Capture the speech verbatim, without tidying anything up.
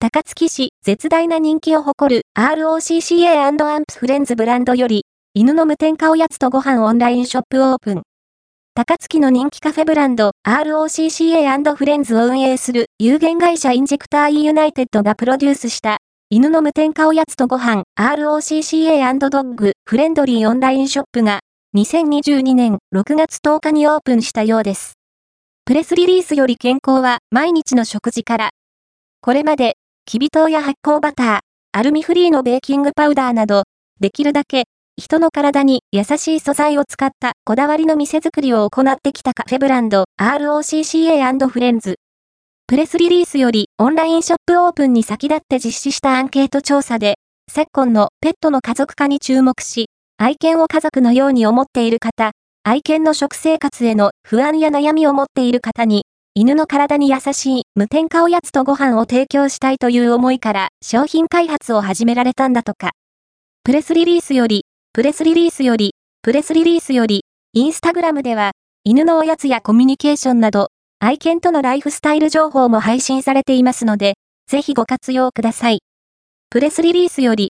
高槻市絶大な人気を誇る アールオーシーシーエーアンド アンプフレンズブランドより、犬の無添加おやつとご飯オンラインショップオープン。高槻の人気カフェブランド アールオーシーシーエーアンド フレンズを運営する有限会社インジェクター E ユナイテッドがプロデュースした犬の無添加おやつとご飯 アールオーシーシーエーアンド ドッグフレンドリーオンラインショップがにせんにじゅうにねんろくがつとおかにオープンしたようです。プレスリリースより健康は毎日の食事から。これまで、きび糖や発酵バター、アルミフリーのベーキングパウダーなど、できるだけ人の体に優しい素材を使ったこだわりの店作りを行ってきたカフェブランド アールオーシーシーエーアンド フレンズ。プレスリリースよりオンラインショップオープンに先立って実施したアンケート調査で、昨今のペットの家族化に注目し、愛犬を家族のように思っている方、愛犬の食生活への不安や悩みを持っている方に、犬の体に優しい無添加おやつとご飯を提供したいという思いから商品開発を始められたんだとか。プレスリリースより、プレスリリースより、プレスリリースより、インスタグラムでは、犬のおやつやコミュニケーションなど、愛犬とのライフスタイル情報も配信されていますので、ぜひご活用ください。プレスリリースより、